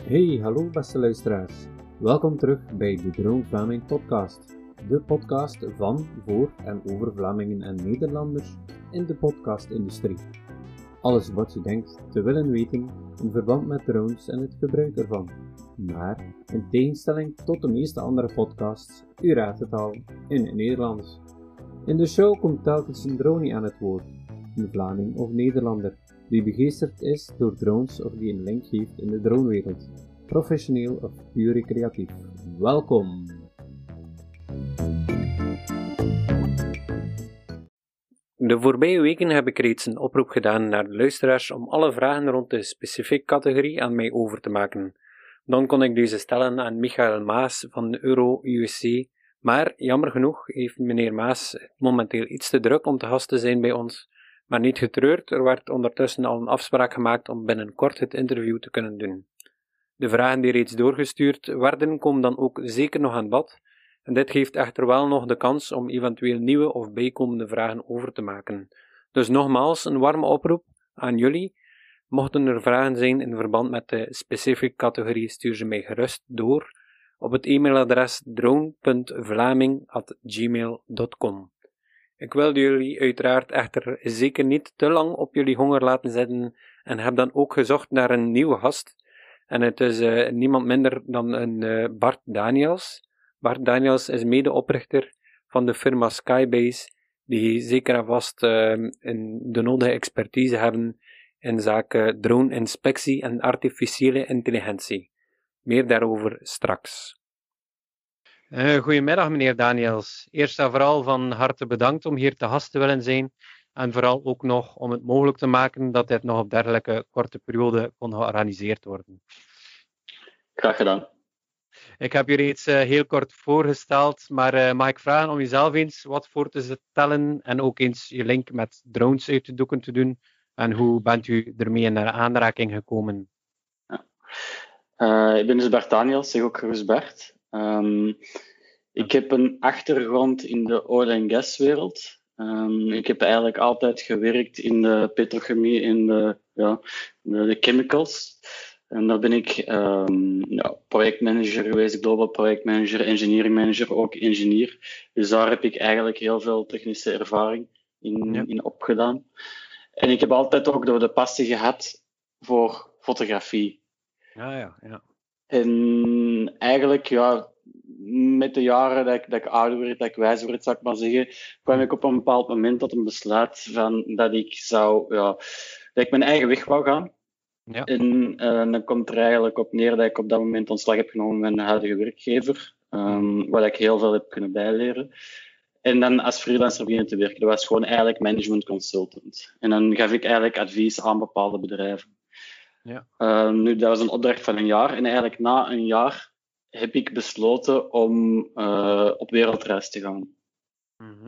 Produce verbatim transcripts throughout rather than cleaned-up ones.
Hey, hallo beste luisteraars. Welkom terug bij de Drone Vlaming podcast. De podcast van, voor en over Vlamingen en Nederlanders in de podcastindustrie. Alles wat je denkt te willen weten in verband met drones en het gebruik ervan. Maar, in tegenstelling tot de meeste andere podcasts, u raadt het al, in het Nederlands. In de show komt telkens een dronie aan het woord, een Vlaming of Nederlander, die begeesterd is door drones of die een link heeft in de dronewereld. Professioneel of puur recreatief. Welkom! De voorbije weken heb ik reeds een oproep gedaan naar de luisteraars om alle vragen rond de specifieke categorie aan mij over te maken. Dan kon ik deze stellen aan Michael Maas van de Euro U S C, maar jammer genoeg heeft meneer Maas momenteel iets te druk om te gast te zijn bij ons. Maar niet getreurd, er werd ondertussen al een afspraak gemaakt om binnenkort het interview te kunnen doen. De vragen die reeds doorgestuurd werden, komen dan ook zeker nog aan bod, en dit geeft echter wel nog de kans om eventueel nieuwe of bijkomende vragen over te maken. Dus nogmaals, een warme oproep aan jullie. Mochten er vragen zijn in verband met de specifieke categorie, stuur ze mij gerust door op het e-mailadres drone punt vlaming at gmail punt com. Ik wil jullie uiteraard echter zeker niet te lang op jullie honger laten zitten en heb dan ook gezocht naar een nieuwe gast. En het is uh, niemand minder dan een uh, Bart Daniels. Bart Daniels is medeoprichter van de firma Skybase, die zeker en vast uh, in de nodige expertise hebben in zaken drone-inspectie en artificiële intelligentie. Meer daarover straks. Uh, goedemiddag meneer Daniels. Eerst en vooral van harte bedankt om hier te gast te willen zijn. En vooral ook nog om het mogelijk te maken dat dit nog op dergelijke korte periode kon georganiseerd worden. Graag gedaan. Ik heb je reeds uh, heel kort voorgesteld, maar uh, mag ik vragen om jezelf eens wat voor te stellen en ook eens je link met drones uit de doeken te doen. En hoe bent u ermee in aanraking gekomen? Ja. Uh, ik ben dus Bart Daniels, zeg ook gerust Bart. Um, ik heb een achtergrond in de oil and gas wereld. Um, ik heb eigenlijk altijd gewerkt in de petrochemie, in de, ja, de, de chemicals. En daar ben ik um, ja, projectmanager geweest, global projectmanager, engineering manager, ook engineer. Dus daar heb ik eigenlijk heel veel technische ervaring in, ja. in opgedaan. En ik heb altijd ook door de passie gehad voor fotografie. Ja, ja, ja. En eigenlijk, ja, met de jaren dat ik, dat ik ouder werd, dat ik wijzer werd, zou ik maar zeggen, kwam ik op een bepaald moment tot een besluit van dat ik zou, ja, dat ik mijn eigen weg wou gaan. Ja. En uh, dan komt er eigenlijk op neer dat ik op dat moment ontslag heb genomen met mijn huidige werkgever, um, waar ik heel veel heb kunnen bijleren. En dan als freelancer beginnen te werken. Dat was gewoon eigenlijk management consultant. En dan gaf ik eigenlijk advies aan bepaalde bedrijven. Ja. Uh, nu, dat was een opdracht van een jaar. En eigenlijk na een jaar heb ik besloten om uh, op wereldreis te gaan. Mm-hmm.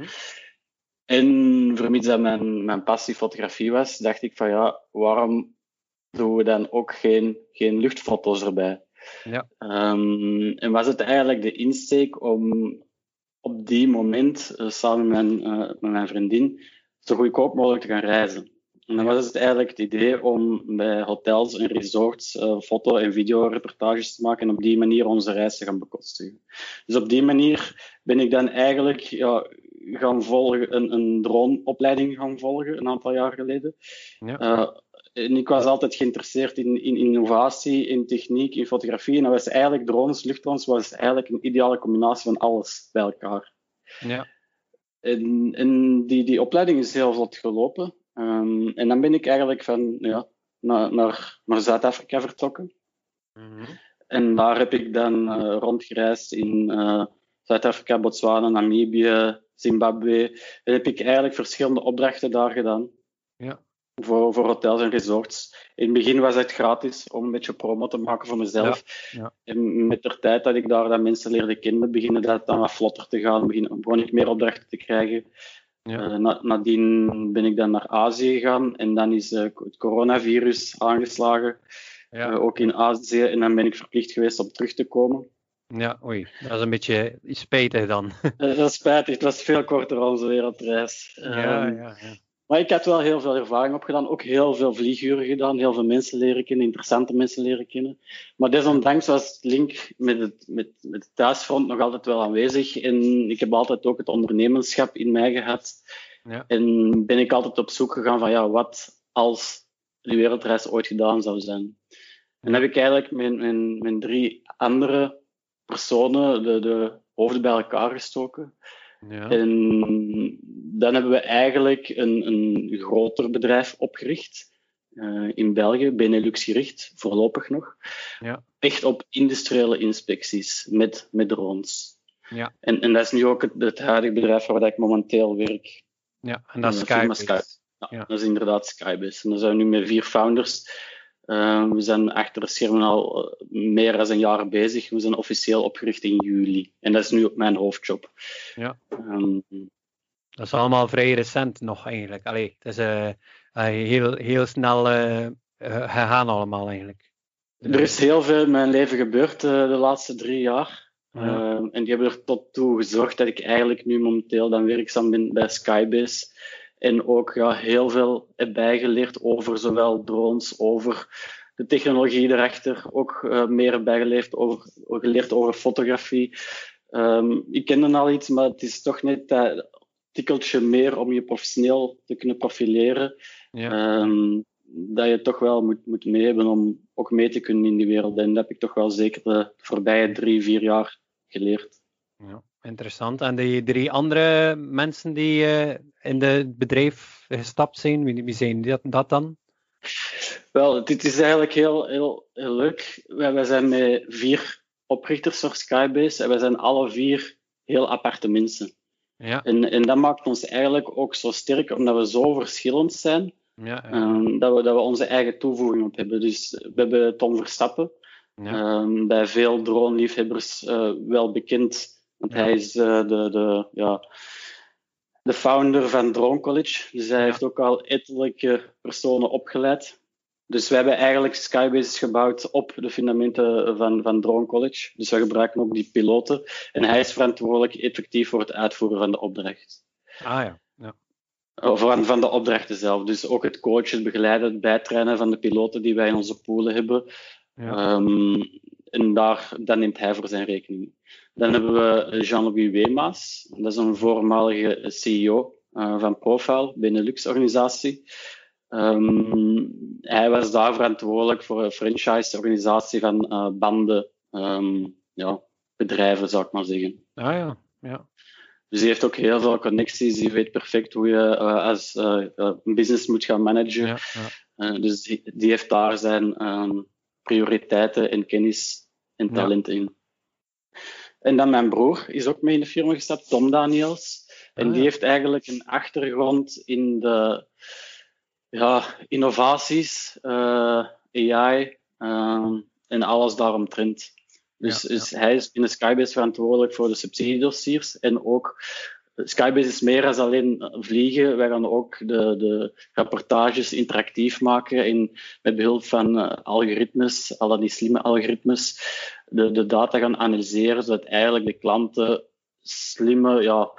En vermits dat mijn, mijn passie fotografie was, dacht ik van ja, waarom doen we dan ook geen, geen luchtfoto's erbij? Ja. Um, en was het eigenlijk de insteek om op die moment, uh, samen met mijn, uh, met mijn vriendin, zo goedkoop mogelijk te gaan reizen. En dan was het eigenlijk het idee om bij hotels en resorts uh, foto- en videoreportages te maken en op die manier onze reis te gaan bekostigen. Dus op die manier ben ik dan eigenlijk ja, gaan volgen, een, een droneopleiding gaan volgen, een aantal jaar geleden. Ja. Uh, en ik was altijd geïnteresseerd in, in innovatie, in techniek, in fotografie. En dat was eigenlijk drones, luchtdrones, was eigenlijk een ideale combinatie van alles bij elkaar. Ja. En, en die, die opleiding is heel vlot gelopen. Um, en dan ben ik eigenlijk van, ja, naar, naar, naar Zuid-Afrika vertrokken. Mm-hmm. En daar heb ik dan uh, rondgereisd in uh, Zuid-Afrika, Botswana, Namibië, Zimbabwe. En heb ik eigenlijk verschillende opdrachten daar gedaan. Ja. Voor, voor hotels en resorts. In het begin was het gratis om een beetje promo te maken voor mezelf. Ja, ja. En met de tijd dat ik daar dat mensen leerde kennen, beginnen dat dan wat vlotter te gaan. Begin, begon ik meer opdrachten te krijgen. Ja. Uh, na, nadien ben ik dan naar Azië gegaan. En dan is uh, het coronavirus aangeslagen. Ja. Uh, ook in Azië. En dan ben ik verplicht geweest om terug te komen. Ja, oei. Dat is een beetje spijtig dan. uh, dat is spijtig. Het was veel korter onze wereldreis. Ja, Um, ja, ja. Maar ik had wel heel veel ervaring opgedaan. Ook heel veel vlieguren gedaan. Heel veel mensen leren kennen. Interessante mensen leren kennen. Maar desondanks was het link met het, met, met het thuisfront nog altijd wel aanwezig. En ik heb altijd ook het ondernemerschap in mij gehad. Ja. En ben ik altijd op zoek gegaan van ja, wat als die wereldreis ooit gedaan zou zijn. En dan heb ik eigenlijk mijn, mijn, mijn drie andere personen de, de hoofden bij elkaar gestoken. Ja. En dan hebben we eigenlijk een, een groter bedrijf opgericht uh, in België, Benelux gericht, voorlopig nog. Ja. Echt op industriële inspecties met, met drones. Ja. En, en dat is nu ook het, het huidige bedrijf waar ik momenteel werk. Ja, en dat is Uh, firma Skybase. Sky. Ja, Ja. Dat is inderdaad Skybase. En dan zijn we nu met vier founders. Uh, we zijn achter de schermen al uh, meer dan een jaar bezig. We zijn officieel opgericht in juli. En dat is nu ook mijn hoofdjob. Ja. Um, Dat is allemaal vrij recent nog eigenlijk. Allee, het is uh, uh, heel, heel snel uh, gegaan allemaal eigenlijk. Er is heel veel in mijn leven gebeurd uh, de laatste drie jaar. Ja. Uh, en die hebben er tot toe gezorgd dat ik eigenlijk nu momenteel dan werkzaam ben bij Skybase. En ook ja, heel veel heb bijgeleerd over zowel drones, over de technologie erachter. Ook uh, meer heb bijgeleerd over, geleerd over fotografie. Um, ik kende al iets, maar het is toch net dat tikkeltje meer om je professioneel te kunnen profileren. Ja. Um, dat je toch wel moet, moet mee hebben om ook mee te kunnen in die wereld. En dat heb ik toch wel zeker de voorbije drie, vier jaar geleerd. Ja, interessant. En die drie andere mensen die uh, in het bedrijf gestapt zijn, wie, wie zijn dat, dat dan? Wel, dit is eigenlijk heel, heel, heel leuk. Wij, wij zijn met vier oprichters voor Skybase en wij zijn alle vier heel aparte mensen. Ja. En, en dat maakt ons eigenlijk ook zo sterk, omdat we zo verschillend zijn, Ja, ja. um, dat, we, dat we onze eigen toevoeging op hebben. Dus we hebben Tom Verstappen, Ja. um, bij veel drone-liefhebbers uh, wel bekend. Want Ja. hij is uh, de, de, ja, de founder van Drone College. Dus hij Ja. heeft ook al ettelijke personen opgeleid. Dus we hebben eigenlijk Skybase gebouwd op de fundamenten van, van Drone College. Dus we gebruiken ook die piloten. En hij is verantwoordelijk effectief voor het uitvoeren van de opdracht. Ah ja. Ja. Of van, van de opdrachten zelf. Dus ook het coachen, het begeleiden, het bijtrainen van de piloten die wij in onze poolen hebben. Ja. Um, en daar, dat neemt hij voor zijn rekening. Dan hebben we Jean-Louis Weemaas. Dat is een voormalige C E O uh, van Profile, Benelux-organisatie. Um, hij was daar verantwoordelijk voor een franchise-organisatie van uh, banden, um, ja, bedrijven, zou ik maar zeggen. Ah ja. Ja. Dus hij heeft ook heel veel connecties. Hij weet perfect hoe je uh, als uh, uh, een business moet gaan managen. Ja. Ja. Uh, dus die, die heeft daar zijn um, prioriteiten en kennis en talent ja. in. En dan mijn broer is ook mee in de firma gestapt, Tom Daniels. En ah, die ja. heeft eigenlijk een achtergrond in de ja, innovaties, uh, A I um, en alles daaromtrent. Dus, Ja, dus ja. hij is binnen Skybase verantwoordelijk voor de subsidiedossiers en ook Skybase is meer dan alleen vliegen. Wij gaan ook de, de rapportages interactief maken en met behulp van uh, algoritmes, al die slimme algoritmes, de, de data gaan analyseren, zodat eigenlijk de klanten slimme, ja,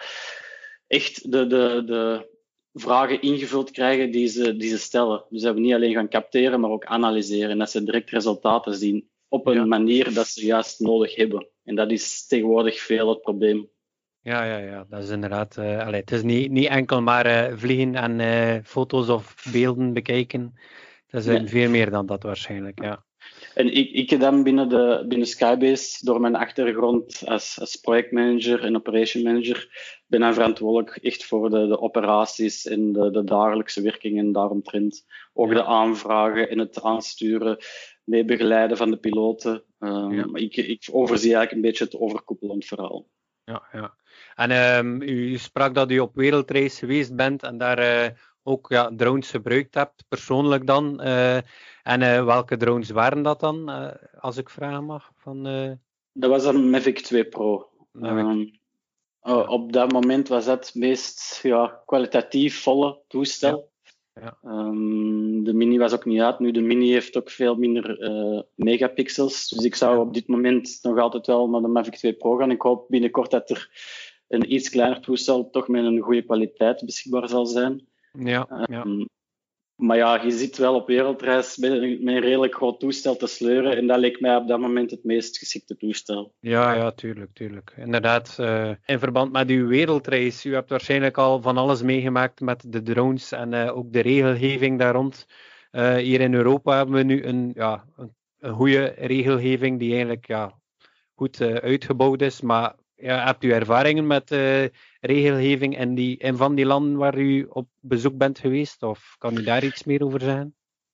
echt de, de, de vragen ingevuld krijgen die ze, die ze stellen. Dus dat we niet alleen gaan capteren, maar ook analyseren en dat ze direct resultaten zien op een Ja. manier dat ze juist nodig hebben. En dat is tegenwoordig veel het probleem. Ja, ja, ja, dat is inderdaad. Uh, allee, het is niet, niet enkel maar uh, vliegen en uh, foto's of beelden bekijken. Het is uh, Nee. veel meer dan dat waarschijnlijk. Ja. En ik, ik dan binnen, de, binnen Skybase, door mijn achtergrond als, als projectmanager en operation manager, ben dan verantwoordelijk echt voor de, de operaties en de, de dagelijkse werkingen daaromtrent. Ook Ja. de aanvragen en het aansturen, mee begeleiden van de piloten. Um, Ja. ik, ik overzie eigenlijk een beetje het overkoepelend verhaal. Ja, ja. En um, u sprak dat u op wereldreis geweest bent en daar uh, ook ja, drones gebruikt hebt, persoonlijk dan. Uh, en uh, welke drones waren dat dan, uh, als ik vragen mag? Van, uh... Dat was een Mavic twee Pro. Mavic. Um, uh, op dat moment was dat het meest ja, kwalitatief volle toestel. Ja. Ja. Um, de Mini was ook niet uit. Nu, de Mini heeft ook veel minder uh, megapixels. Dus ik zou Ja. op dit moment nog altijd wel naar de Mavic twee Pro gaan. Ik hoop binnenkort dat er een iets kleiner toestel toch met een goede kwaliteit beschikbaar zal zijn. Ja, ja. Um, maar ja, je zit wel op wereldreis met een, met een redelijk groot toestel te sleuren. En dat leek mij op dat moment het meest geschikte toestel. Ja, ja, tuurlijk, tuurlijk. Inderdaad, uh, in verband met uw wereldreis, u hebt waarschijnlijk al van alles meegemaakt met de drones en uh, ook de regelgeving daar rond. Uh, hier in Europa hebben we nu een, ja, een, een goede regelgeving die eigenlijk ja, goed uh, uitgebouwd is. Maar ja, hebt u ervaringen met uh, regelgeving in, die, in van die landen waar u op bezoek bent geweest? Of kan u daar iets meer over zeggen?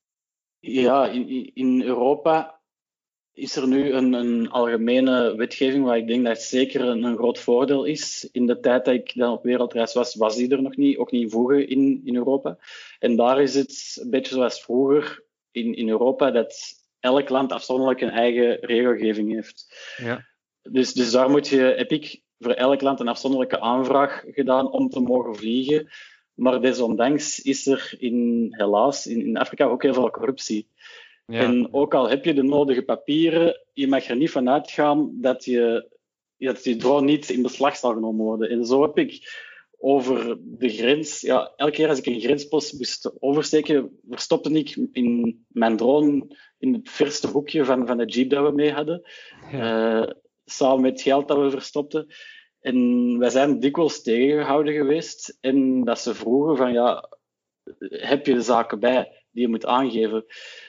Ja, in, in Europa is er nu een, een algemene wetgeving waar ik denk dat het zeker een, een groot voordeel is. In de tijd dat ik dan op wereldreis was, was die er nog niet, ook niet vroeger in, in Europa. En daar is het een beetje zoals vroeger in, in Europa, dat elk land afzonderlijk een eigen regelgeving heeft. Ja. Dus, dus daar moet je, heb ik voor elk land een afzonderlijke aanvraag gedaan om te mogen vliegen. Maar desondanks is er in, helaas in, in Afrika ook heel veel corruptie. Ja. En ook al heb je de nodige papieren, je mag er niet van uitgaan dat je, dat die drone niet in beslag zal genomen worden. En zo heb ik over de grens, ja, elke keer als ik een grenspost moest oversteken, verstopte ik in mijn drone in het verste hoekje van, van de jeep dat we mee hadden. Ja. Uh, samen met het geld dat we verstopten. En wij zijn dikwijls tegengehouden geweest. En dat ze vroegen van, ja, heb je de zaken bij die je moet aangeven?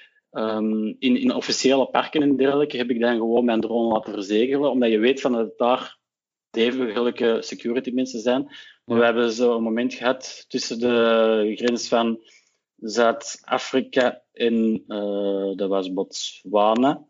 Um, in, in officiële parken en dergelijke heb ik dan gewoon mijn drone laten verzegelen, omdat je weet van dat het daar degelijke security mensen zijn. Maar ja. We hebben zo een moment gehad tussen de grens van Zuid-Afrika en uh, dat was Botswana.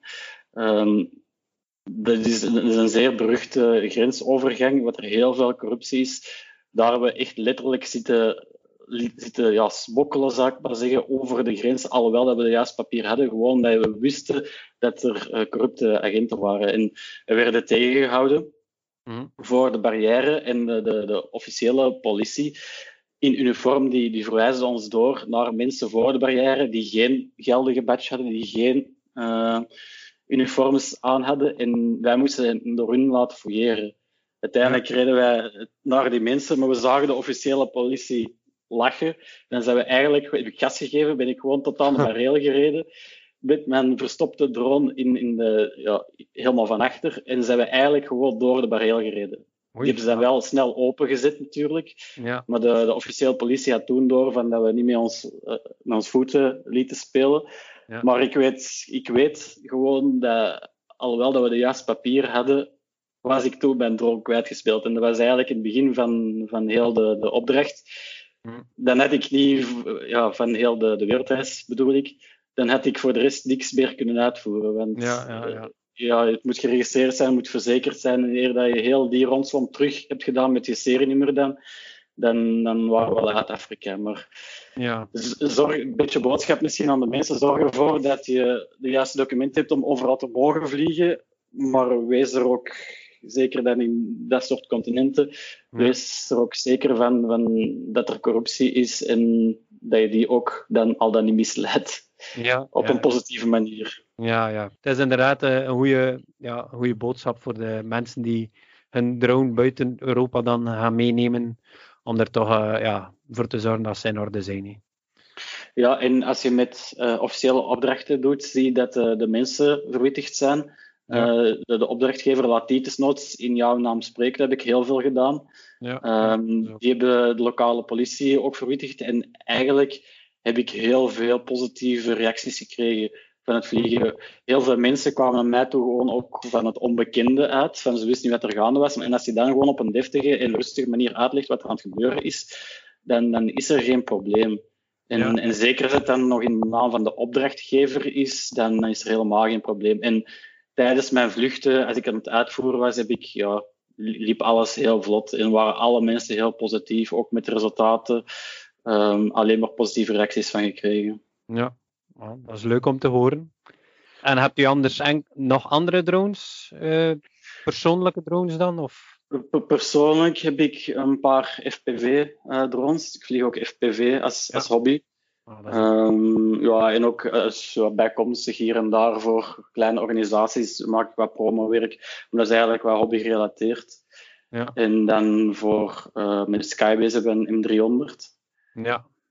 Um, dat, is, dat is een zeer beruchte grensovergang, wat er heel veel corruptie is. Daar hebben we echt letterlijk zitten zitten ja, smokkelen, zou ik maar zeggen, over de grens, alhoewel dat we de juiste papier hadden, gewoon dat we wisten dat er uh, corrupte agenten waren. En we werden tegengehouden mm. voor de barrière en de, de, de officiële politie in uniform, die, die verwijzen ons door naar mensen voor de barrière die geen geldige badge hadden, die geen uh, uniforms aan hadden. En wij moesten door hun laten fouilleren. Uiteindelijk reden wij naar die mensen, maar we zagen de officiële politie lachen. Dan zijn we eigenlijk, heb ik gas gegeven, ben ik gewoon tot aan de barreel gereden. Met mijn verstopte drone in, in de, ja, helemaal van achter. En zijn we eigenlijk gewoon door de barreel gereden. Oei, die hebben ze dan wel snel opengezet natuurlijk. Ja. Maar de, de officiële politie had toen door van dat we niet met ons, uh, met ons voeten lieten spelen. Ja. Maar ik weet, ik weet gewoon dat, alhoewel dat we de juiste papier hadden, was ik toen mijn drone kwijtgespeeld. En dat was eigenlijk in het begin van, van heel de, de opdracht. Dan had ik niet, ja, van heel de, de wereldreis bedoel ik, dan had ik voor de rest niks meer kunnen uitvoeren. Want ja, ja, ja. ja, het moet geregistreerd zijn, het moet verzekerd zijn. En eer dat je heel die rondslag terug hebt gedaan met je serienummer dan, dan, dan waren we wel uit Afrika. Maar ja. zorg, een beetje boodschap misschien aan de mensen, zorg ervoor dat je de juiste documenten hebt om overal te mogen vliegen, maar wees er ook zeker dan in dat soort continenten, ja. Wees er ook zeker van, van dat er corruptie is en dat je die ook dan al dan niet misleidt. Ja, op ja. een positieve manier. Ja, ja. Het is inderdaad een goede, ja, een goede boodschap voor de mensen die hun drone buiten Europa dan gaan meenemen, om er toch uh, ja, voor te zorgen dat ze in orde zijn. He. Ja, en als je met uh, officiële opdrachten doet, zie je dat uh, de mensen verwittigd zijn. Ja. Uh, de, de opdrachtgever laat die desnoods in jouw naam spreken, dat heb ik heel veel gedaan. Ja. Um, ja. Die hebben de lokale politie ook verwittigd. En eigenlijk heb ik heel veel positieve reacties gekregen van het vliegen. Heel veel mensen kwamen naar mij toe gewoon ook van het onbekende uit. Van ze wisten niet wat er gaande was. En als je dan gewoon op een deftige en rustige manier uitlegt wat er aan het gebeuren is, dan, dan is er geen probleem. En, ja. en zeker als het dan nog in de naam van de opdrachtgever is, dan, dan is er helemaal geen probleem. En tijdens mijn vluchten, als ik aan het uitvoeren was, heb ik, ja, liep alles heel vlot en waren alle mensen heel positief, ook met de resultaten. Um, alleen maar positieve reacties van gekregen. Ja, dat is leuk om te horen. En hebt u anders en- nog andere drones? Uh, persoonlijke drones dan? Of? Persoonlijk heb ik een paar F P V-drones. Uh, ik vlieg ook F P V als, ja. als hobby. Oh, is... um, ja, en ook als ja, bijkomstig hier en daar voor kleine organisaties maak ik wat promowerk. Maar dat is eigenlijk wat hobby gerelateerd. Ja. En dan voor uh, met Skybase hebben we een M driehonderd. Ja.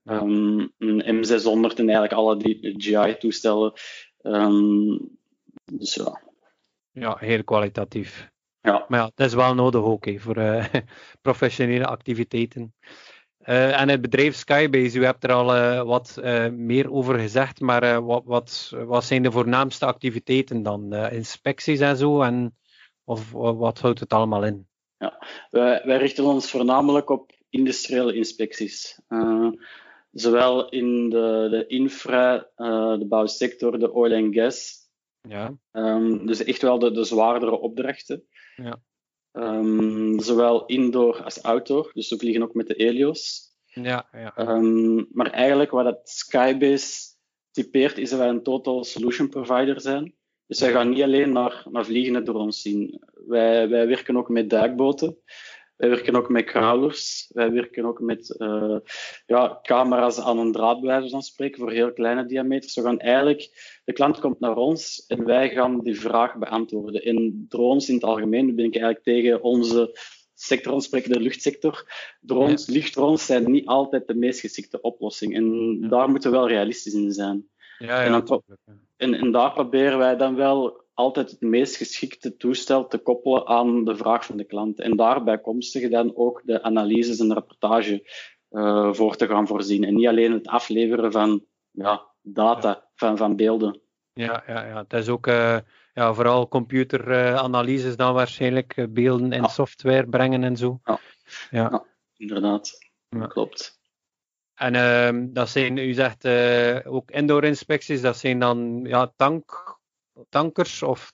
Ja. Um, een M zeshonderd en eigenlijk alle die G I-toestellen. Um, dus ja. Ja, heel kwalitatief. Ja. Maar ja, dat is wel nodig ook hè, voor uh, professionele activiteiten. Uh, en het bedrijf Skybase, u hebt er al uh, wat uh, meer over gezegd, maar uh, wat, wat, wat zijn de voornaamste activiteiten dan? Uh, inspecties en zo? En, of wat houdt het allemaal in? Ja, wij, wij richten ons voornamelijk op industriële inspecties. Uh, zowel in de, de infra, uh, de bouwsector, de oil en gas. Ja. Um, dus echt wel de, de zwaardere opdrachten. Ja. Um, zowel indoor als outdoor. Dus we vliegen ook met de Helios. Ja, ja. Um, maar eigenlijk wat dat Skybase typeert, is dat wij een total solution provider zijn. Dus wij gaan niet alleen naar, naar vliegende drones zien. Wij, wij werken ook met duikboten. Wij werken ook met crawlers. Wij werken ook met uh, ja, camera's aan een draad, bij wijze van spreken, voor heel kleine diameters. We gaan eigenlijk, de klant komt naar ons en wij gaan die vraag beantwoorden. En drones in het algemeen, nu ben ik eigenlijk tegen onze sector, ons spreken de luchtsector. Drones, ja. Lichtdrones zijn niet altijd de meest geschikte oplossing. En ja. daar moeten we wel realistisch in zijn. Ja, ja, en, dan, en, en daar proberen wij dan wel altijd het meest geschikte toestel te koppelen aan de vraag van de klant. En daarbij komstig dan ook de analyses en de rapportage uh, voor te gaan voorzien. En niet alleen het afleveren van ja, data, ja. Van, van beelden. Ja, ja, ja, het is ook uh, ja, vooral computeranalyses uh, dan waarschijnlijk, uh, beelden in ja. software brengen en zo. Ja, ja. ja inderdaad. Ja. Klopt. En uh, dat zijn, u zegt uh, ook indoor inspecties, dat zijn dan ja, tank, tankers of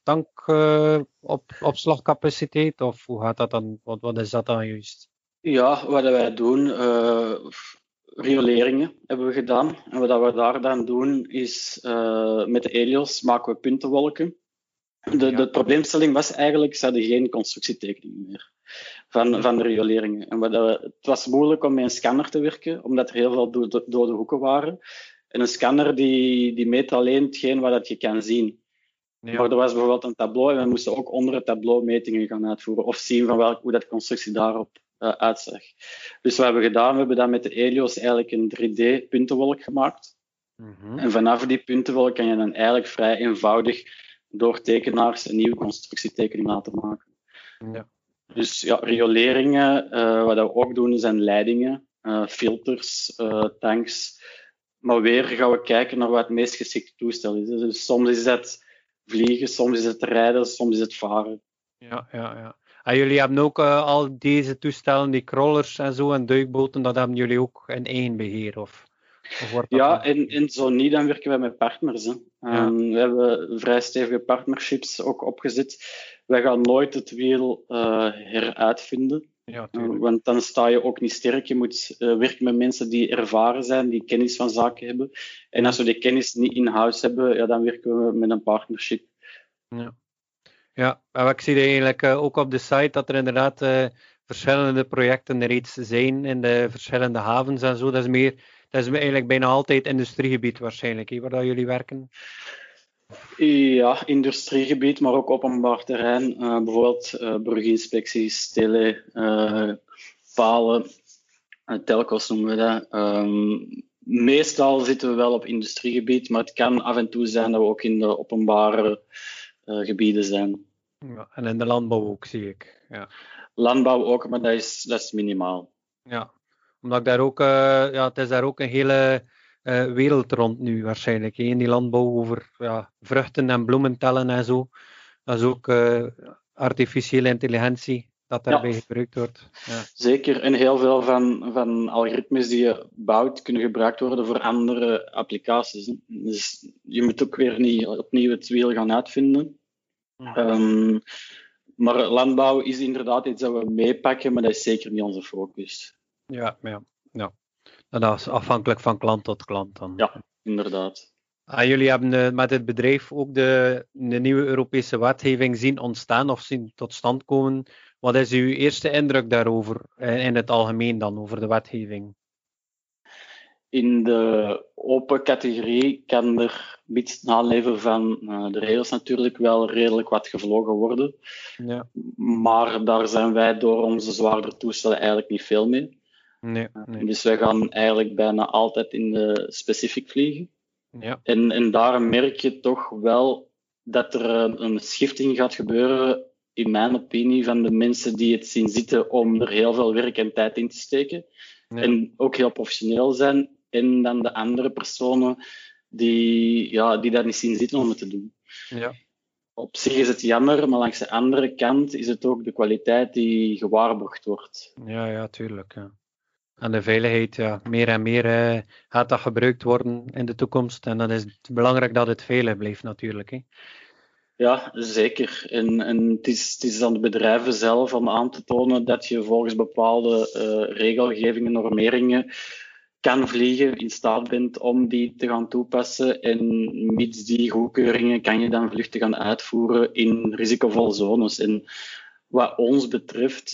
tankopslagcapaciteit? Uh, of hoe gaat dat dan? Wat, wat is dat dan juist? Ja, wat wij doen, uh, rioleringen hebben we gedaan. En wat we daar dan doen is, uh, met de Helios maken we puntenwolken. De, ja. de probleemstelling was eigenlijk, ze hadden geen constructietekening meer van, van de rioleringen. En wat, uh, het was moeilijk om met een scanner te werken, omdat er heel veel dode, dode hoeken waren. En een scanner die, die meet alleen hetgeen wat dat je kan zien. Ja. Maar er was bijvoorbeeld een tableau en we moesten ook onder het tableau metingen gaan uitvoeren of zien van welk, hoe dat constructie daarop uh, uitzag. Dus wat hebben we gedaan? We hebben dan met de Helios eigenlijk een drie D puntenwolk gemaakt. Mm-hmm. En vanaf die puntenwolk kan je dan eigenlijk vrij eenvoudig door tekenaars een nieuwe constructietekening laten maken. Ja. Dus ja, rioleringen, uh, wat we ook doen zijn leidingen, uh, filters, uh, tanks. Maar weer gaan we kijken naar wat het meest geschikte toestel is. Dus soms is het vliegen, soms is het rijden, soms is het varen. Ja, ja, ja. En jullie hebben ook uh, al deze toestellen, die crawlers en zo, en duikboten, dat hebben jullie ook in één beheer? Of, of wordt dat ja, dan... en, en zo niet, dan werken wij met partners. Hè. Ja. Um, we hebben vrij stevige partnerships ook opgezet. Wij gaan nooit het wiel uh, heruitvinden. Ja, uh, want dan sta je ook niet sterk. Je moet uh, werken met mensen die ervaren zijn, die kennis van zaken hebben. En als we die kennis niet in-house hebben, ja, dan werken we met een partnership. Ja, ja, maar ik zie eigenlijk uh, ook op de site dat er inderdaad uh, verschillende projecten reeds zijn in de verschillende havens en zo. Dat is meer, dat is eigenlijk bijna altijd industriegebied waarschijnlijk, he, waar dat jullie werken. Ja, industriegebied, maar ook openbaar terrein. Uh, bijvoorbeeld uh, bruginspecties, tele, uh, palen, uh, telcos noemen we dat. Um, meestal zitten we wel op industriegebied, maar het kan af en toe zijn dat we ook in de openbare uh, gebieden zijn. Ja, en in de landbouw ook, zie ik. Ja. Landbouw ook, maar dat is, dat is minimaal. Ja, omdat ik daar ook, uh, ja, het is daar ook een hele uh, wereld rond nu waarschijnlijk. He, in die landbouw over ja, vruchten en bloemen tellen en zo. Dat is ook uh, artificiële intelligentie dat daarbij ja. gebruikt wordt. Ja. Zeker, en heel veel van, van algoritmes die je bouwt kunnen gebruikt worden voor andere applicaties. Dus je moet ook weer niet opnieuw het wiel gaan uitvinden. Ja. Um, maar landbouw is inderdaad iets dat we meepakken, maar dat is zeker niet onze focus. Ja, ja, ja. Dat is afhankelijk van klant tot klant dan. Ja, inderdaad. Ah, jullie hebben uh, met het bedrijf ook de, de nieuwe Europese wetgeving zien ontstaan of zien tot stand komen. Wat is uw eerste indruk daarover, in het algemeen dan, over de wetgeving? In de open categorie kan er, mits naleven van uh, de regels natuurlijk, wel redelijk wat gevlogen worden. Ja. Maar daar zijn wij door onze zwaardere toestellen eigenlijk niet veel mee. Nee, nee. Dus wij gaan eigenlijk bijna altijd in de specifiek vliegen. Ja. En, en daar merk je toch wel dat er een, een schifting gaat gebeuren, in mijn opinie, van de mensen die het zien zitten om er heel veel werk en tijd in te steken. Ja. En ook heel professioneel zijn. En dan de andere personen die, ja, die daar niet zien zitten om het te doen. Ja. Op zich is het jammer, maar langs de andere kant is het ook de kwaliteit die gewaarborgd wordt. Ja, ja, tuurlijk. Ja. En de veiligheid, ja, meer en meer uh, gaat dat gebruikt worden in de toekomst. En dan is het belangrijk dat het veilig blijft natuurlijk. Hè. Ja, zeker. En, en het, is, het is aan de bedrijven zelf om aan te tonen dat je volgens bepaalde uh, regelgevingen, normeringen kan vliegen, in staat bent om die te gaan toepassen. En mits die goedkeuringen kan je dan vluchten gaan uitvoeren in risicovolle zones. En wat ons betreft,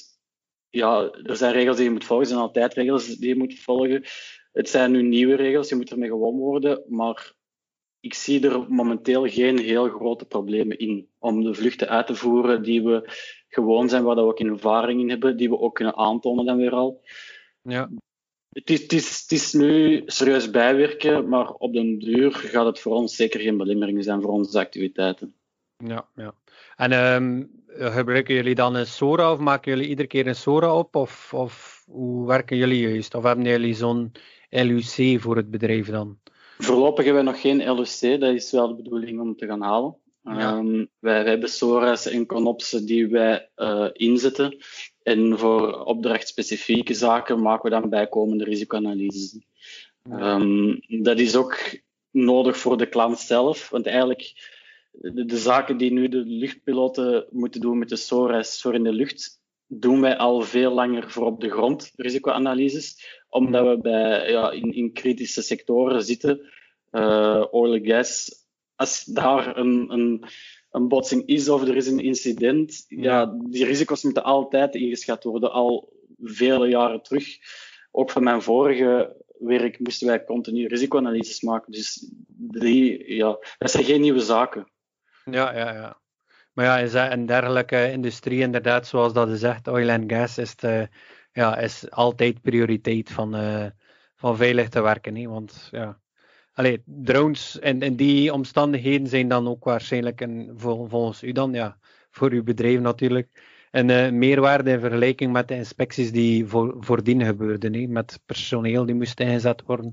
ja, er zijn regels die je moet volgen, er zijn altijd regels die je moet volgen. Het zijn nu nieuwe regels, je moet ermee gewoon worden, maar ik zie er momenteel geen heel grote problemen in om de vluchten uit te voeren die we gewoon zijn, waar we ook ervaring in hebben, die we ook kunnen aantonen dan weer al. Ja. Het is, het, is, het is nu serieus bijwerken, maar op den duur gaat het voor ons zeker geen belemmering zijn voor onze activiteiten. Ja, ja. En um, gebruiken jullie dan een SORA of maken jullie iedere keer een SORA op? Of, of hoe werken jullie juist? Of hebben jullie zo'n L U C voor het bedrijf dan? Voorlopig hebben we nog geen L U C, dat is wel de bedoeling om te gaan halen. Ja. Um, wij, wij hebben SORA's en CONOPS'en die wij uh, inzetten. En voor opdrachtspecifieke zaken maken we dan bijkomende risicoanalyses. Ja. Um, dat is ook nodig voor de klant zelf, want eigenlijk de, de zaken die nu de luchtpiloten moeten doen met de SORA's voor in de lucht, doen wij al veel langer voor op de grond risicoanalyses, omdat we bij, ja, in, in kritische sectoren zitten, uh, oil en gas. Als daar een, een, een botsing is of er is een incident, ja. ja, die risico's moeten altijd ingeschat worden, al vele jaren terug. Ook van mijn vorige werk moesten wij continu risicoanalyses maken. Dus die, ja, dat zijn geen nieuwe zaken. Ja, ja, ja. Maar ja, is dat een dergelijke industrie inderdaad, zoals dat je zegt, oil en gas, is, het, uh, ja, is altijd prioriteit van, uh, van veilig te werken. Hè? Want ja, allee, drones in, in die omstandigheden zijn dan ook waarschijnlijk, een, vol, volgens u dan, ja, voor uw bedrijf natuurlijk, een uh, meerwaarde in vergelijking met de inspecties die voor, voordien gebeurden, hè? Met personeel die moest ingezet worden.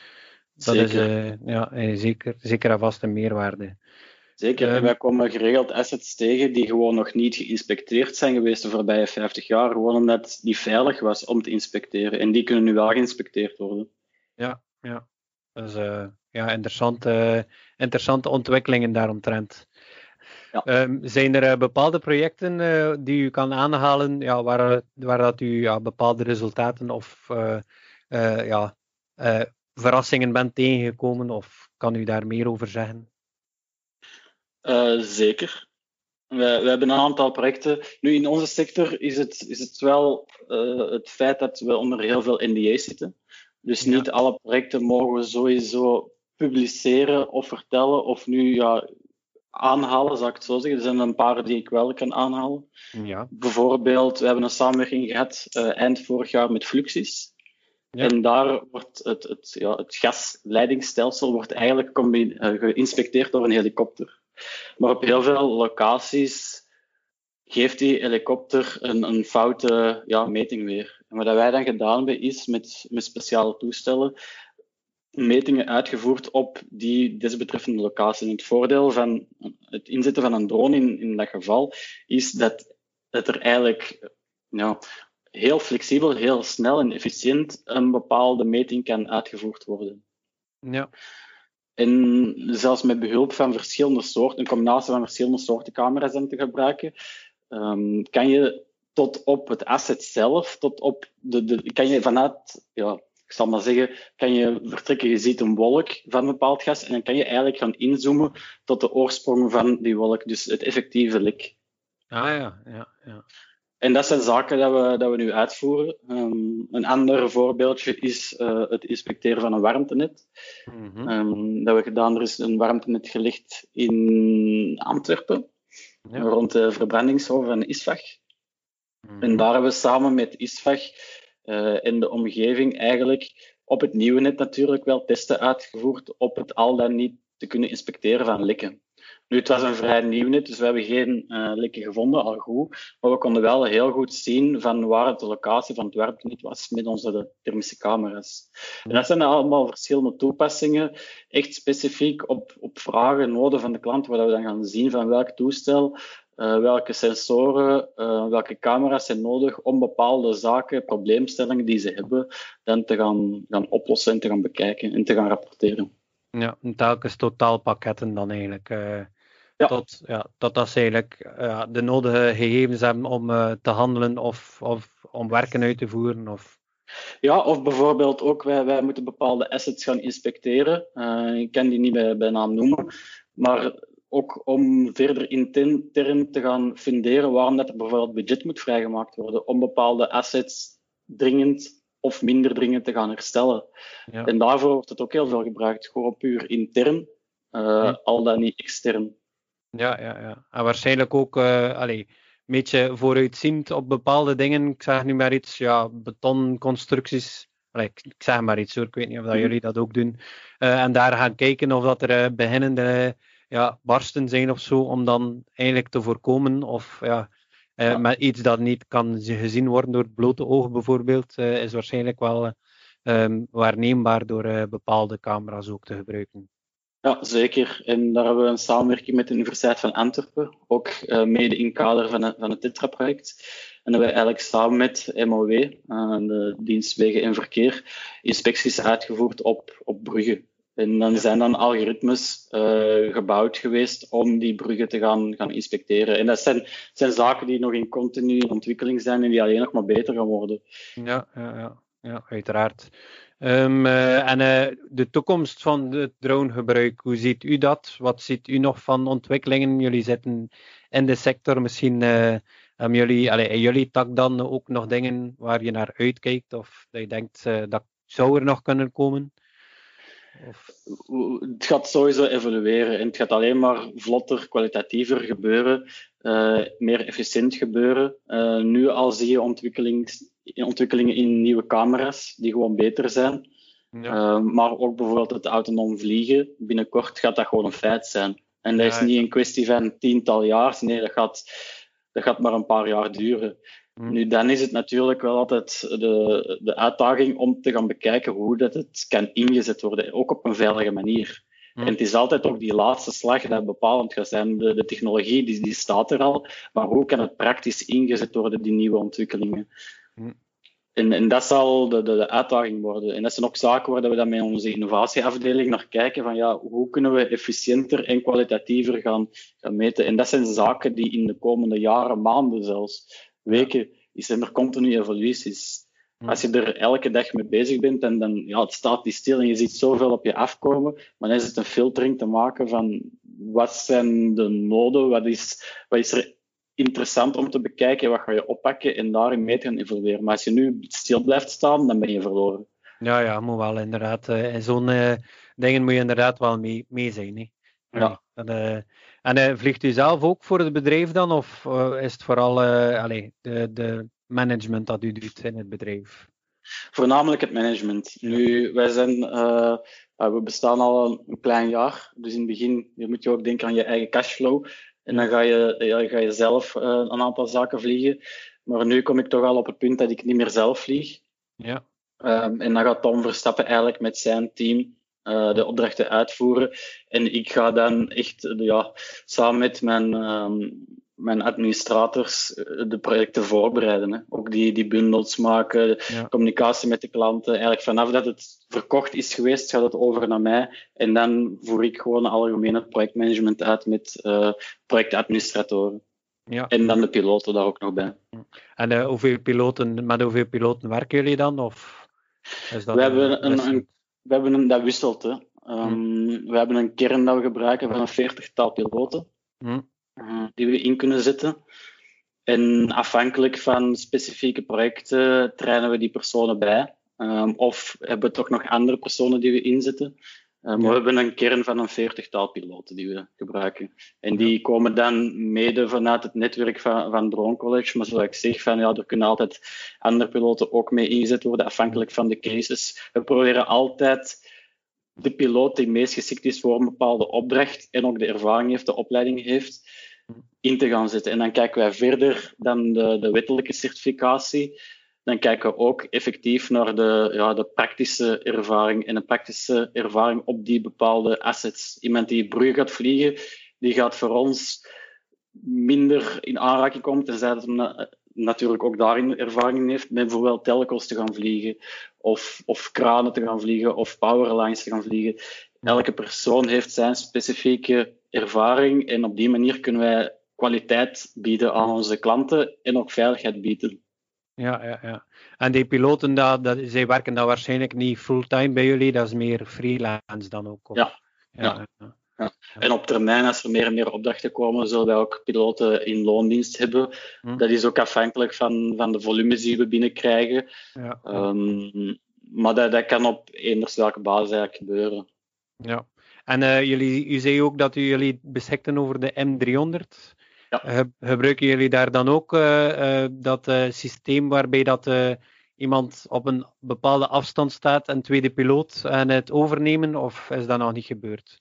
Dat zeker. is uh, ja, zeker, zeker en vast een meerwaarde. Zeker, en wij komen geregeld assets tegen die gewoon nog niet geïnspecteerd zijn geweest de voorbije vijftig jaar, gewoon omdat het niet veilig was om te inspecteren. En die kunnen nu wel geïnspecteerd worden. Ja, ja. Dat is uh, ja, interessante, interessante ontwikkelingen daaromtrent. Ja. Um, zijn er uh, bepaalde projecten uh, die u kan aanhalen, ja, waar, waar dat u ja, bepaalde resultaten of uh, uh, ja, uh, verrassingen bent tegengekomen, of kan u daar meer over zeggen? Uh, zeker. We, we hebben een aantal projecten. Nu, in onze sector is het, is het wel uh, het feit dat we onder heel veel N D A's zitten. Dus ja. Niet alle projecten mogen we sowieso publiceren of vertellen of nu ja, aanhalen, zou ik het zo zeggen. Er zijn een paar die ik wel kan aanhalen. Ja. Bijvoorbeeld, we hebben een samenwerking gehad uh, eind vorig jaar met Fluxys. Ja. En daar wordt het, het, ja, het gasleidingsstelsel wordt eigenlijk geïnspecteerd door een helikopter. Maar op heel veel locaties geeft die helikopter een, een foute ja, meting weer. En wat wij dan gedaan hebben, is met, met speciale toestellen metingen uitgevoerd op die desbetreffende locatie. En het voordeel van het inzetten van een drone in, in dat geval is dat, dat er eigenlijk ja, heel flexibel, heel snel en efficiënt een bepaalde meting kan uitgevoerd worden. Ja. En zelfs met behulp van verschillende soorten, een combinatie van verschillende soorten camera's aan te gebruiken, um, kan je tot op het asset zelf, tot op de, de, kan je vanuit, ja, ik zal maar zeggen, kan je vertrekken, je ziet een wolk van een bepaald gas en dan kan je eigenlijk gaan inzoomen tot de oorsprong van die wolk, dus het effectieve lek. Ah ja, ja, ja. En dat zijn zaken dat we, dat we nu uitvoeren. Um, een ander voorbeeldje is uh, het inspecteren van een warmtenet. Mm-hmm. Um, dat we gedaan, er is een warmtenet gelegd in Antwerpen, ja. Rond de verbrandingshoven van ISVAG. Mm-hmm. En daar hebben we samen met ISVAG uh, in de omgeving eigenlijk op het nieuwe net natuurlijk wel testen uitgevoerd op het al dan niet te kunnen inspecteren van lekken. Nu, het was een vrij nieuw net, dus we hebben geen uh, lekken gevonden, al goed. Maar we konden wel heel goed zien van waar het de locatie van het werpnet was met onze thermische camera's. En dat zijn allemaal verschillende toepassingen, echt specifiek op, op vragen en noden van de klant, waar we dan gaan zien van welk toestel, uh, welke sensoren, uh, welke camera's zijn nodig om bepaalde zaken, probleemstellingen die ze hebben, dan te gaan, gaan oplossen en te gaan bekijken en te gaan rapporteren. Ja, telkens totaalpakketten dan eigenlijk. Uh, ja. Tot, ja, totdat ze eigenlijk uh, de nodige gegevens hebben om uh, te handelen of, of om werken uit te voeren. Of... Ja, of bijvoorbeeld ook, wij, wij moeten bepaalde assets gaan inspecteren. Uh, ik kan die niet bij, bij naam noemen, maar ook om verder intern te gaan funderen waarom dat er bijvoorbeeld budget moet vrijgemaakt worden om bepaalde assets dringend of minder dringend te gaan herstellen. Ja. En daarvoor wordt het ook heel veel gebruikt, gewoon puur intern, uh, ja. al dan niet extern. Ja, ja, ja. En waarschijnlijk ook uh, allee, een beetje vooruitziend op bepaalde dingen. Ik zeg nu maar iets, ja, betonconstructies. Allee, ik, ik zeg maar iets hoor, ik weet niet of dat mm-hmm. jullie dat ook doen. Uh, en daar gaan kijken of dat er uh, beginnende ja, barsten zijn of zo, om dan eigenlijk te voorkomen of ja, uh, ja. met iets dat niet kan gezien worden door het blote oog bijvoorbeeld, uh, is waarschijnlijk wel uh, um, waarneembaar door uh, bepaalde camera's ook te gebruiken. Ja, zeker. En daar hebben we een samenwerking met de Universiteit van Antwerpen, ook uh, mede in kader van, van het TETRA-project. En hebben we eigenlijk samen met M O W, uh, de Dienst Wegen en Verkeer, inspecties uitgevoerd op, op bruggen. En dan zijn dan algoritmes uh, gebouwd geweest om die bruggen te gaan, gaan inspecteren. En dat zijn, zijn zaken die nog in continue ontwikkeling zijn en die alleen nog maar beter gaan worden. Ja, ja, ja. ja uiteraard. Um, uh, en uh, de toekomst van het dronegebruik, hoe ziet u dat? Wat ziet u nog van ontwikkelingen? Jullie zitten in de sector, misschien uh, hebben jullie, allee, in jullie tak dan ook nog dingen waar je naar uitkijkt of dat je denkt uh, dat zou er nog kunnen komen? Of... Het gaat sowieso evolueren en het gaat alleen maar vlotter, kwalitatiever gebeuren, uh, meer efficiënt gebeuren. Uh, nu al zie je ontwikkelings, ontwikkelingen in nieuwe camera's die gewoon beter zijn. Ja. Uh, maar ook bijvoorbeeld het autonoom vliegen. Binnenkort gaat dat gewoon een feit zijn. En dat is niet een kwestie van een tiental jaar. Nee, dat gaat, dat gaat maar een paar jaar duren. Hmm. Nu, dan is het natuurlijk wel altijd de, de uitdaging om te gaan bekijken hoe dat het kan ingezet worden, ook op een veilige manier. Hmm. En het is altijd ook die laatste slag dat bepalend gaat zijn. De, de technologie die, die staat er al, maar hoe kan het praktisch ingezet worden, die nieuwe ontwikkelingen? Hmm. En, en dat zal de, de, de uitdaging worden. En dat zijn ook zaken waar we dan met onze innovatieafdeling naar kijken, van ja, hoe kunnen we efficiënter en kwalitatiever gaan, gaan meten? En dat zijn zaken die in de komende jaren, maanden zelfs, weken, zijn er continu evoluties. Als je er elke dag mee bezig bent en dan, ja, het staat niet stil en je ziet zoveel op je afkomen, maar dan is het een filtering te maken van wat zijn de noden, wat is, wat is er interessant om te bekijken, wat ga je oppakken en daarin mee te gaan evolueren. Maar als je nu stil blijft staan, dan ben je verloren. Ja, ja, moet wel inderdaad. Uh, in zo'n uh, dingen moet je inderdaad wel mee, mee zijn. Hè? Ja. En, uh, en uh, vliegt u zelf ook voor het bedrijf dan? Of uh, is het vooral uh, allez, de, de management dat u doet in het bedrijf? Voornamelijk het management. Nu, wij zijn, uh, we bestaan al een klein jaar. Dus in het begin je moet je ook denken aan je eigen cashflow. En dan ga je, ja, ga je zelf uh, een aantal zaken vliegen. Maar nu kom ik toch al op het punt dat ik niet meer zelf vlieg. Ja. Um, en dan gaat Tom Verstappen eigenlijk met zijn team Uh, de opdrachten uitvoeren. En ik ga dan echt uh, ja, samen met mijn, uh, mijn administrators uh, de projecten voorbereiden. Hè. Ook die, die bundels maken, ja. Communicatie met de klanten. Eigenlijk vanaf dat het verkocht is geweest, gaat het over naar mij. En dan voer ik gewoon algemeen het projectmanagement uit met uh, projectadministratoren. Ja. En dan de piloten daar ook nog bij. En uh, hoeveel piloten, met hoeveel piloten werken jullie dan? Of is dat We hebben een, een We hebben een, dat wisselt. Hè. Um, hmm. We hebben een kern dat we gebruiken van een veertigtal piloten hmm. uh, die we in kunnen zetten. En afhankelijk van specifieke projecten trainen we die personen bij. Um, of hebben we toch nog andere personen die we inzetten. Uh, maar Ja. we hebben een kern van een veertigtal piloten die we gebruiken. En die komen dan mede vanuit het netwerk van, van Drone College. Maar zoals ik zeg, van, ja, er kunnen altijd andere piloten ook mee ingezet worden, afhankelijk van de cases. We proberen altijd de piloot die meest geschikt is voor een bepaalde opdracht en ook de ervaring heeft, de opleiding heeft, in te gaan zetten. En dan kijken wij verder dan de, de wettelijke certificatie. Dan kijken we ook effectief naar de, ja, de praktische ervaring en de praktische ervaring op die bepaalde assets. Iemand die bruggen gaat vliegen, die gaat voor ons minder in aanraking komen, tenzij dat hem na, natuurlijk ook daarin ervaring in heeft, met bijvoorbeeld telcos te gaan vliegen, of, of kranen te gaan vliegen, of powerlines te gaan vliegen. Elke persoon heeft zijn specifieke ervaring en op die manier kunnen wij kwaliteit bieden aan onze klanten en ook veiligheid bieden. Ja, ja, ja. En die piloten, dat, dat, zij werken dan waarschijnlijk niet fulltime bij jullie, dat is meer freelance dan ook? Of? Ja. Ja, Ja. ja. Ja. En op termijn, als er meer en meer opdrachten komen, zullen wij ook piloten in loondienst hebben. Hm. Dat is ook afhankelijk van, van de volumes die we binnenkrijgen. Ja, ja. Um, maar dat, dat kan op eenders welke basis eigenlijk gebeuren. Ja. En uh, jullie, u zei ook dat u jullie beschikten over de M driehonderd. Ja. Ge- gebruiken jullie daar dan ook uh, uh, dat uh, systeem waarbij dat uh, iemand op een bepaalde afstand staat, een tweede piloot, en het overnemen, of is dat nog niet gebeurd?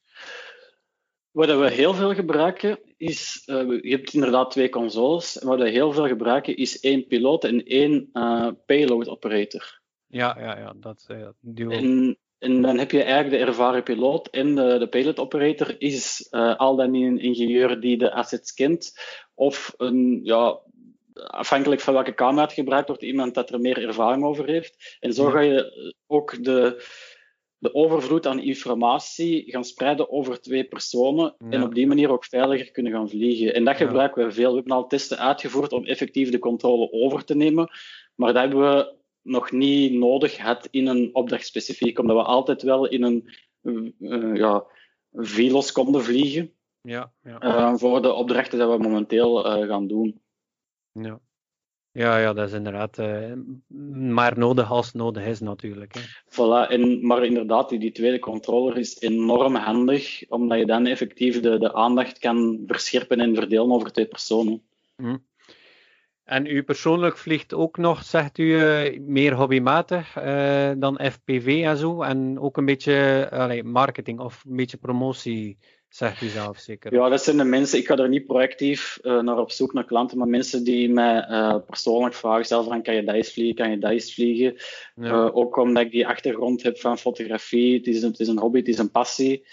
Wat we heel veel gebruiken is, uh, je hebt inderdaad twee consoles, en wat we heel veel gebruiken is één piloot en één uh, payload operator. Ja, ja, ja, dat uh, duo. En, en dan heb je eigenlijk de ervaren piloot en de, de payload operator is uh, al dan niet een ingenieur die de assets kent, of een, ja, afhankelijk van welke camera het gebruikt wordt, iemand dat er meer ervaring over heeft. En zo Ja. ga je ook de, de overvloed aan informatie gaan spreiden over twee personen Ja. en op die manier ook veiliger kunnen gaan vliegen. En dat Ja. gebruiken we veel. We hebben al testen uitgevoerd om effectief de controle over te nemen, maar dat hebben we nog niet nodig gehad in een opdracht specifiek, omdat we altijd wel in een uh, ja, velos konden vliegen Ja, ja. uh, voor de opdrachten die we momenteel uh, gaan doen. Ja. Ja, ja, dat is inderdaad uh, maar nodig als het nodig is natuurlijk. Hè. Voilà, en, maar inderdaad, die, die tweede controller is enorm handig, omdat je dan effectief de, de aandacht kan verscherpen en verdelen over twee personen. Hm. En u persoonlijk vliegt ook nog, zegt u, uh, meer hobbymatig uh, dan F P V en zo, en ook een beetje uh, allee, marketing of een beetje promotie, zegt u zelf zeker? Ja, dat zijn de mensen, ik ga er niet proactief uh, naar op zoek naar klanten, maar mensen die mij uh, persoonlijk vragen, zelf van, kan je dat eens vliegen, kan je dat eens vliegen? Ja. Uh, ook omdat ik die achtergrond heb van fotografie, het is een, het is een hobby, het is een passie,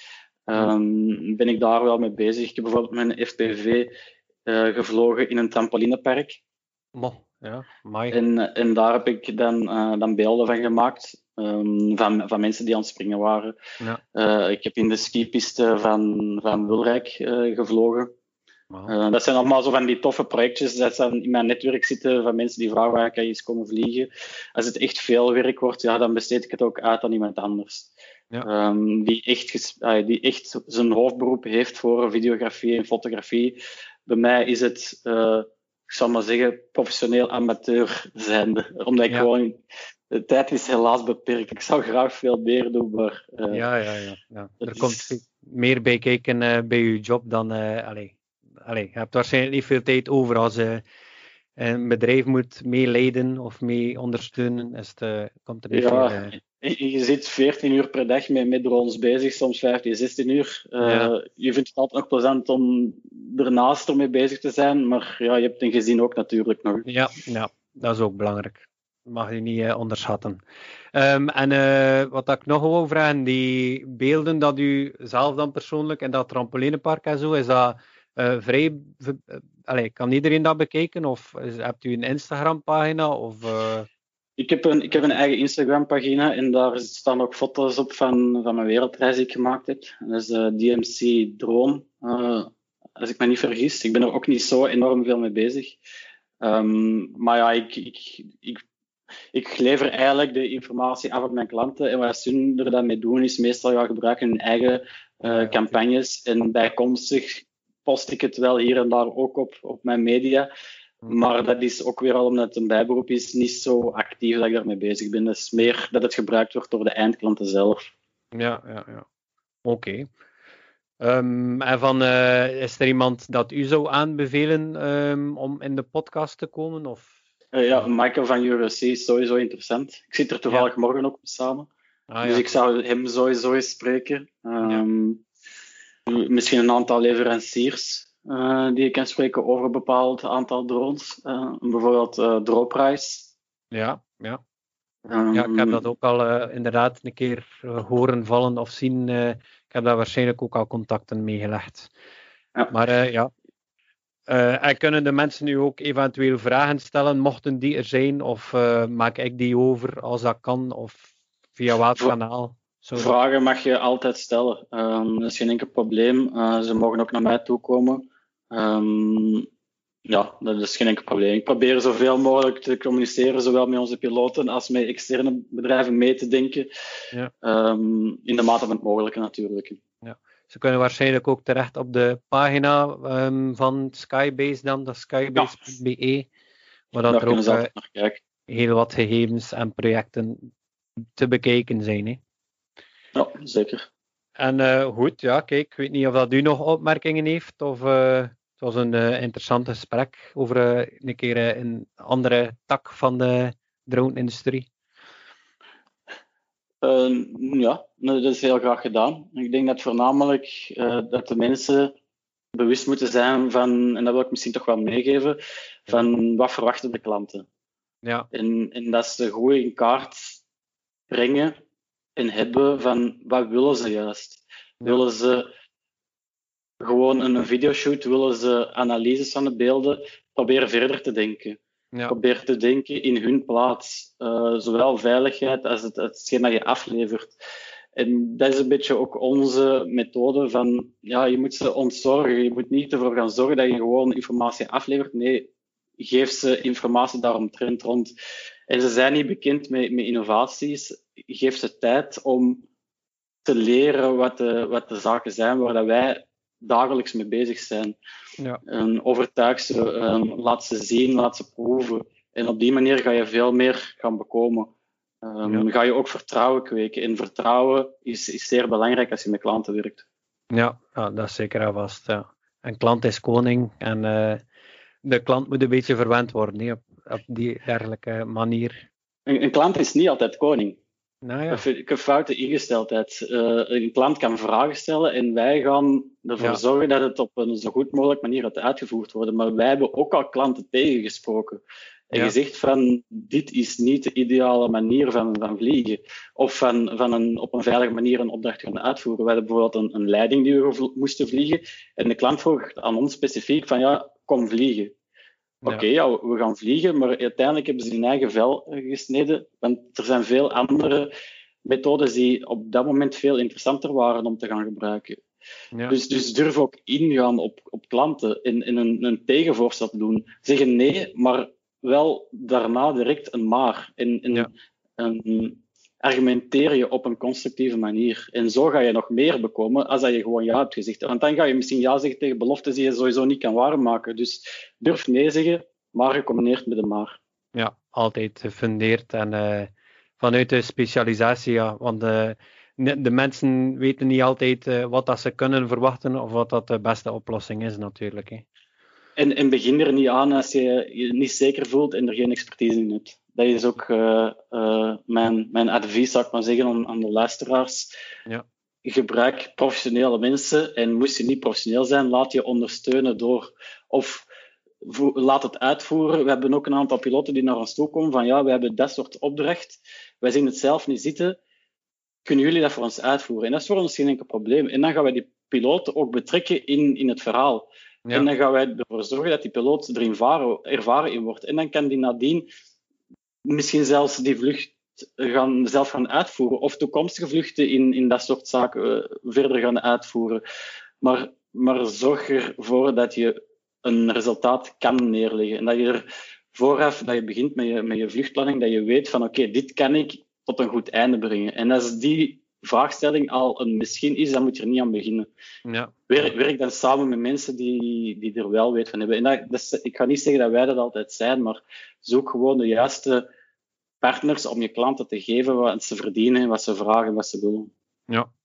um, ben ik daar wel mee bezig. Ik heb bijvoorbeeld mijn F P V uh, gevlogen in een trampolinepark. Mo, ja, mooi. En, en daar heb ik dan, uh, dan beelden van gemaakt, um, van, van mensen die aan het springen waren. Ja. Uh, ik heb in de skipiste van, van Wilrijk uh, gevlogen. Wow. Uh, dat zijn allemaal zo van die toffe projectjes dat dan in mijn netwerk zitten van mensen die vragen waar kan je eens komen vliegen. Als het echt veel werk wordt, ja, dan besteed ik het ook uit aan iemand anders. Ja. Um, die, echt ges- uh, die echt zijn hoofdberoep heeft voor videografie en fotografie. Bij mij is het... Uh, ik zal maar zeggen, professioneel amateur zijnde. Omdat ik Ja. gewoon... De tijd is helaas beperkt. Ik zou graag veel meer doen, maar... Uh, Ja, ja, ja. ja. dat Er is- komt meer bij kijken uh, bij uw job dan... Uh, allee. Allee, je hebt waarschijnlijk niet veel tijd over als uh, een bedrijf moet meeleiden of mee ondersteunen. Is het, uh, komt er niet Ja. veel... Uh, je, je zit veertien uur per dag met, met drones bezig, soms vijftien, zestien uur. Uh, Ja. Je vindt het altijd nog plezant om ernaast ermee bezig te zijn, maar ja, je hebt een gezin ook natuurlijk nog. ja, ja, dat is ook belangrijk. Dat mag je niet uh, onderschatten. Um, en uh, wat ik nog wou vragen, die beelden dat u zelf dan persoonlijk in dat trampolinepark en zo, is dat uh, vrij... Uh, allez, kan iedereen dat bekijken? Of is, hebt u een Instagram-pagina? Of... Uh... Ik heb een, ik heb een eigen Instagram-pagina en daar staan ook foto's op van, van mijn wereldreis die ik gemaakt heb. Dat is uh, D M C Drone, uh, als ik me niet vergis. Ik ben er ook niet zo enorm veel mee bezig. Um, maar ja, ik, ik, ik, ik lever eigenlijk de informatie af op mijn klanten. En wat ze er dan mee doen, is meestal ja, gebruiken hun eigen uh, campagnes. En bijkomstig post ik het wel hier en daar ook op, op mijn media. Maar dat is ook weer al omdat het een bijberoep is, niet zo actief dat ik daarmee bezig ben. Dat is meer dat het gebruikt wordt door de eindklanten zelf. Ja, ja, ja. Oké. Okay. Um, en van, uh, is er iemand dat u zou aanbevelen um, om in de podcast te komen? Of? Uh, ja, Michael van U R C is sowieso interessant. Ik zit er toevallig ja. morgen ook samen. Ah, dus ja, ik cool. zou hem sowieso eens spreken. Um, ja. Misschien een aantal leveranciers uh, die ik kan spreken over een bepaald aantal drones. Uh, bijvoorbeeld uh, Droprise. Ja, ja. Um, ja, ik heb dat ook al uh, inderdaad een keer uh, horen vallen of zien. Uh, ik heb daar waarschijnlijk ook al contacten mee gelegd. Ja. Maar uh, ja. Uh, en kunnen de mensen nu ook eventueel vragen stellen, mochten die er zijn? Of uh, maak ik die over als dat kan? Of via welk v- kanaal? Sorry. Vragen mag je altijd stellen. Um, dat is geen enkel probleem. Uh, ze mogen ook naar mij toe komen. Um, Ja, dat is geen enkel probleem. Ik probeer zoveel mogelijk te communiceren, zowel met onze piloten als met externe bedrijven mee te denken. Ja. Um, in de mate van het mogelijke natuurlijk. Ja. Ze kunnen waarschijnlijk ook terecht op de pagina um, van Skybase dan, dat is skybase punt b e, ja. waar dat er ook uh, heel wat gegevens en projecten te bekijken zijn. Hè. Ja, zeker. En uh, goed, ja, kijk, ik weet niet of dat u nog opmerkingen heeft of... Uh, Het was een uh, interessant gesprek over uh, een keer uh, een andere tak van de drone-industrie. Uh, ja, dat is heel graag gedaan. Ik denk dat voornamelijk uh, dat de mensen bewust moeten zijn van, en dat wil ik misschien toch wel meegeven, van wat verwachten de klanten. Ja. En, en dat ze goed in kaart brengen en hebben van wat willen ze juist. Ja. Willen ze gewoon een videoshoot, willen ze analyses van de beelden, proberen verder te denken. Ja. Probeer te denken in hun plaats. Uh, zowel veiligheid als het, hetgeen dat je aflevert. En dat is een beetje ook onze methode van, ja, je moet ze ontzorgen. Je moet niet ervoor gaan zorgen dat je gewoon informatie aflevert. Nee, geef ze informatie daaromtrent rond. En ze zijn niet bekend met, met innovaties. Geef ze tijd om te leren wat de, wat de zaken zijn waar dat wij dagelijks mee bezig zijn. Ja. En overtuig ze, um, laat ze zien, laat ze proeven. En op die manier ga je veel meer gaan bekomen. Um, ja. Ga je ook vertrouwen kweken. En vertrouwen is, is zeer belangrijk als je met klanten werkt. Ja, ja dat is zeker al vast. Ja. En klant is koning. En uh, de klant moet een beetje verwend worden nee, op, op die dergelijke manier. Een, een klant is niet altijd koning. Nou ja. Ik heb foute ingesteldheid. Uh, een klant kan vragen stellen en wij gaan ervoor ja. zorgen dat het op een zo goed mogelijk manier gaat uitgevoerd worden. Maar wij hebben ook al klanten tegengesproken. En ja. gezegd van, dit is niet de ideale manier van, van vliegen. Of van, van een, op een veilige manier een opdracht gaan uitvoeren. We hadden bijvoorbeeld een, een leiding die we moesten vliegen. En de klant vroeg aan ons specifiek van, ja, kom vliegen. Oké, okay, ja. ja, we gaan vliegen, maar uiteindelijk hebben ze hun eigen vel gesneden. Want er zijn veel andere methodes die op dat moment veel interessanter waren om te gaan gebruiken. Ja. Dus, dus durf ook ingaan op, op klanten en, en een, een tegenvoorstel doen. Zeggen nee, maar wel daarna direct een maar. En, en, ja. en argumenteer je op een constructieve manier. En zo ga je nog meer bekomen als dat je gewoon ja hebt gezegd. Want dan ga je misschien ja zeggen tegen beloftes die je sowieso niet kan waarmaken. Dus durf nee zeggen, maar gecombineerd met een maar. Ja, altijd gefundeerd en uh, vanuit de specialisatie, ja. Want uh, de mensen weten niet altijd uh, wat dat ze kunnen verwachten of wat dat de beste oplossing is natuurlijk. Hè. En, en begin er niet aan als je je niet zeker voelt en er geen expertise in hebt. Dat is ook uh, uh, mijn, mijn advies, zou ik maar zeggen, aan, aan de luisteraars. Ja. Gebruik professionele mensen en moest je niet professioneel zijn, laat je ondersteunen door... Of vo, laat het uitvoeren. We hebben ook een aantal piloten die naar ons toe komen van ja, we hebben dat soort opdracht. Wij zien het zelf niet zitten. Kunnen jullie dat voor ons uitvoeren? En dat is voor ons geen enkel probleem. En dan gaan wij die piloten ook betrekken in, in het verhaal. Ja. En dan gaan wij ervoor zorgen dat die piloot er ervaren, ervaren in wordt. En dan kan die nadien misschien zelfs die vlucht gaan, zelf gaan uitvoeren. Of toekomstige vluchten in, in dat soort zaken uh, verder gaan uitvoeren. Maar, maar zorg ervoor dat je een resultaat kan neerleggen. En dat je er vooraf, dat je begint met je, met je vluchtplanning, dat je weet van oké, okay, dit kan ik tot een goed einde brengen. En als die vraagstelling al een misschien is, dan moet je er niet aan beginnen. Ja. Werk, werk dan samen met mensen die, die er wel weet van hebben. En dat, dat is, ik ga niet zeggen dat wij dat altijd zijn, maar zoek gewoon de juiste partners om je klanten te geven wat ze verdienen, wat ze vragen, wat ze willen. Ja,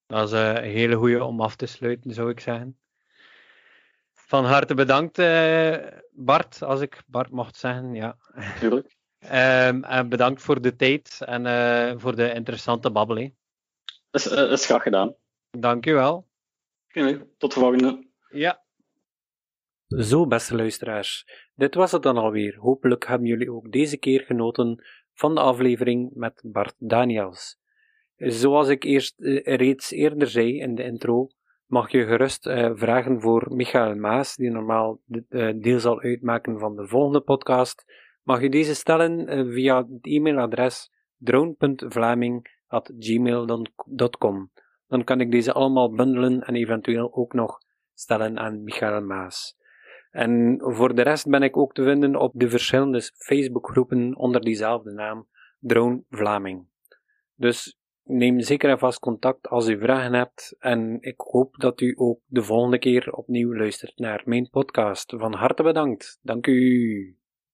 Dat is uh, een hele goeie om af te sluiten, zou ik zeggen. Van harte bedankt, uh, Bart, als ik Bart mocht zeggen. Ja. Tuurlijk. um, en bedankt voor de tijd en uh, voor de interessante babbel. Dat is, uh, dat is graag gedaan. Dank u wel. Tot de volgende. Ja. Zo, beste luisteraars. Dit was het dan alweer. Hopelijk hebben jullie ook deze keer genoten van de aflevering met Bart Daniels. Zoals ik eerst uh, reeds eerder zei in de intro, mag je gerust uh, vragen voor Michael Maas, die normaal de, uh, deel zal uitmaken van de volgende podcast. Mag je deze stellen uh, via het e-mailadres drone punt vlaming at gmail punt com. Dan kan ik deze allemaal bundelen en eventueel ook nog stellen aan Michael Maas. En voor de rest ben ik ook te vinden op de verschillende Facebookgroepen onder diezelfde naam, Drone Vlaming. Dus neem zeker en vast contact als u vragen hebt en ik hoop dat u ook de volgende keer opnieuw luistert naar mijn podcast. Van harte bedankt. Dank u.